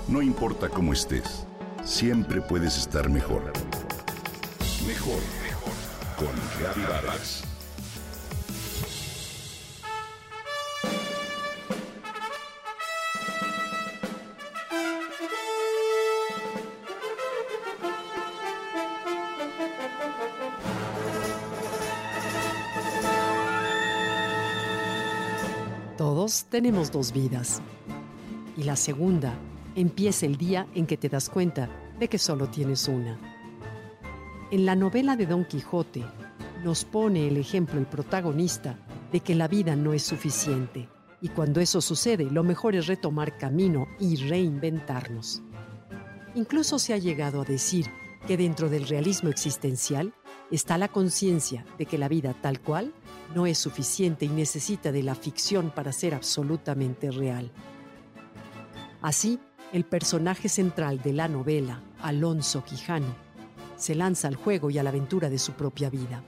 No importa cómo estés, siempre puedes estar mejor. Mejor, mejor. Con Gaby Vargas. Todos tenemos dos vidas. Y la segunda empieza el día en que te das cuenta de que solo tienes una. En la novela de Don Quijote nos pone el ejemplo el protagonista de que la vida no es suficiente y cuando eso sucede lo mejor es retomar camino y reinventarnos. Incluso se ha llegado a decir que dentro del realismo existencial está la conciencia de que la vida tal cual no es suficiente y necesita de la ficción para ser absolutamente real. Así, el personaje central de la novela, Alonso Quijano, se lanza al juego y a la aventura de su propia vida.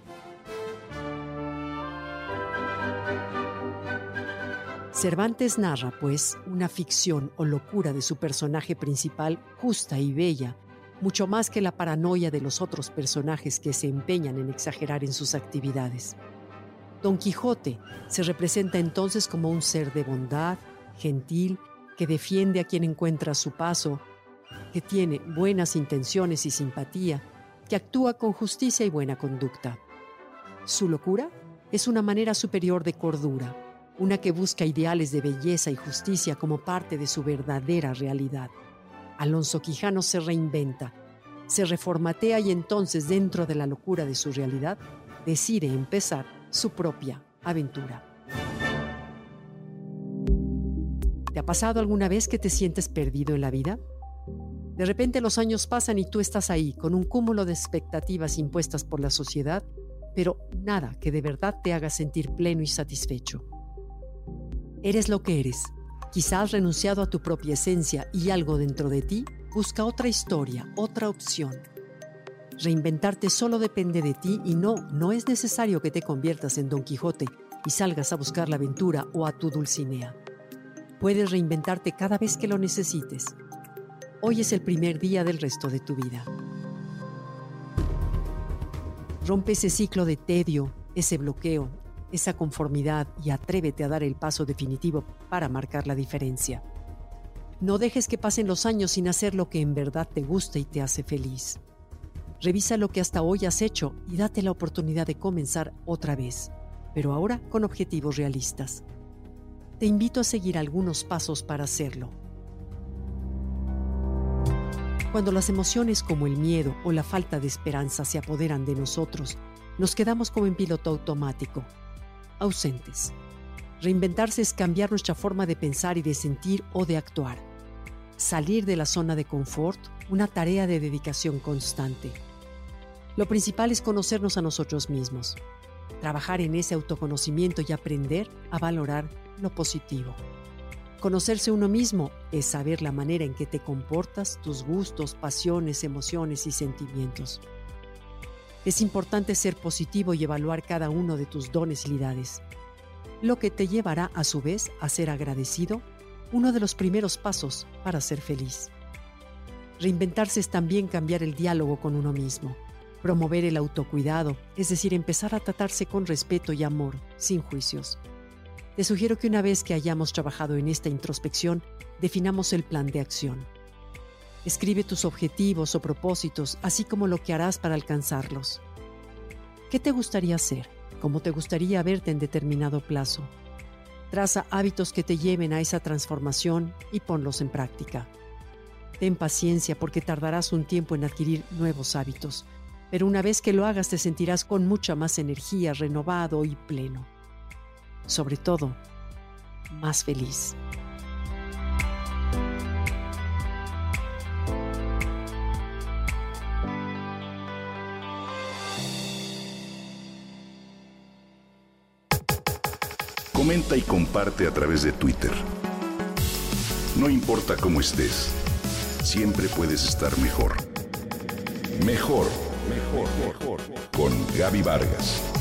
Cervantes narra, pues, una ficción o locura de su personaje principal justa y bella, mucho más que la paranoia de los otros personajes que se empeñan en exagerar en sus actividades. Don Quijote se representa entonces como un ser de bondad, gentil, que defiende a quien encuentra a su paso, que tiene buenas intenciones y simpatía, que actúa con justicia y buena conducta. Su locura es una manera superior de cordura, una que busca ideales de belleza y justicia como parte de su verdadera realidad. Alonso Quijano se reinventa, se reformatea y entonces, dentro de la locura de su realidad, decide empezar su propia aventura. ¿Te ha pasado alguna vez que te sientes perdido en la vida? De repente los años pasan y tú estás ahí con un cúmulo de expectativas impuestas por la sociedad, pero nada que de verdad te haga sentir pleno y satisfecho. Eres lo que eres. Quizás has renunciado a tu propia esencia y algo dentro de ti busca otra historia, otra opción. Reinventarte solo depende de ti y no es necesario que te conviertas en Don Quijote y salgas a buscar la aventura o a tu Dulcinea. Puedes reinventarte cada vez que lo necesites. Hoy es el primer día del resto de tu vida. Rompe ese ciclo de tedio, ese bloqueo, esa conformidad y atrévete a dar el paso definitivo para marcar la diferencia. No dejes que pasen los años sin hacer lo que en verdad te gusta y te hace feliz. Revisa lo que hasta hoy has hecho y date la oportunidad de comenzar otra vez, pero ahora con objetivos realistas. Te invito a seguir algunos pasos para hacerlo. Cuando las emociones como el miedo o la falta de esperanza se apoderan de nosotros, nos quedamos como en piloto automático, ausentes. Reinventarse es cambiar nuestra forma de pensar y de sentir o de actuar. Salir de la zona de confort, una tarea de dedicación constante. Lo principal es conocernos a nosotros mismos, trabajar en ese autoconocimiento y aprender a valorar lo positivo. Conocerse uno mismo es saber la manera en que te comportas, tus gustos, pasiones, emociones y sentimientos. Es importante ser positivo y evaluar cada uno de tus dones y habilidades, lo que te llevará a su vez a ser agradecido, uno de los primeros pasos para ser feliz. Reinventarse es también cambiar el diálogo con uno mismo, promover el autocuidado, es decir, empezar a tratarse con respeto y amor, sin juicios. Te sugiero que una vez que hayamos trabajado en esta introspección, definamos el plan de acción. Escribe tus objetivos o propósitos, así como lo que harás para alcanzarlos. ¿Qué te gustaría hacer? ¿Cómo te gustaría verte en determinado plazo? Traza hábitos que te lleven a esa transformación y ponlos en práctica. Ten paciencia porque tardarás un tiempo en adquirir nuevos hábitos, pero una vez que lo hagas te sentirás con mucha más energía, renovado y pleno. Sobre todo, más feliz. Comenta y comparte a través de Twitter. No importa cómo estés, siempre puedes estar mejor. Mejor, mejor, mejor. Con Gaby Vargas.